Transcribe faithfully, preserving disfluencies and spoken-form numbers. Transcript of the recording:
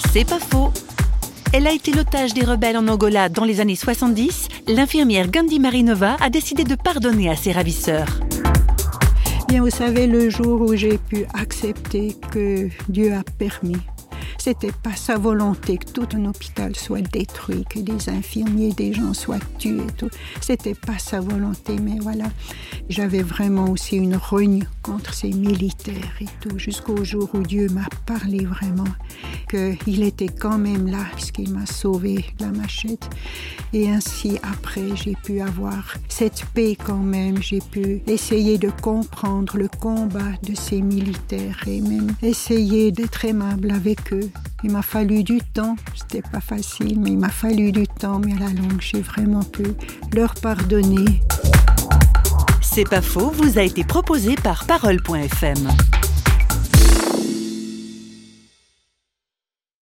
C'est pas faux. Elle a été l'otage des rebelles en Angola dans les années soixante-dix. L'infirmière Gandhi Marinova a décidé de pardonner à ses ravisseurs. Bien, vous savez, le jour où j'ai pu accepter que Dieu a permis, c'était pas sa volonté que tout un hôpital soit détruit, que des infirmiers, des gens soient tués et tout. C'était pas sa volonté, mais voilà. J'avais vraiment aussi une rogne contre ces militaires et tout, jusqu'au jour où Dieu m'a parlé vraiment, qu'il était quand même là, puisqu'il m'a sauvé de la machette. Et ainsi, après, j'ai pu avoir cette paix quand même. J'ai pu essayer de comprendre le combat de ces militaires et même essayer d'être aimable avec eux. Il m'a fallu du temps, c'était pas facile, mais il m'a fallu du temps, mais à la longue, j'ai vraiment pu leur pardonner. C'est pas faux, vous a été proposé par Parole point F M.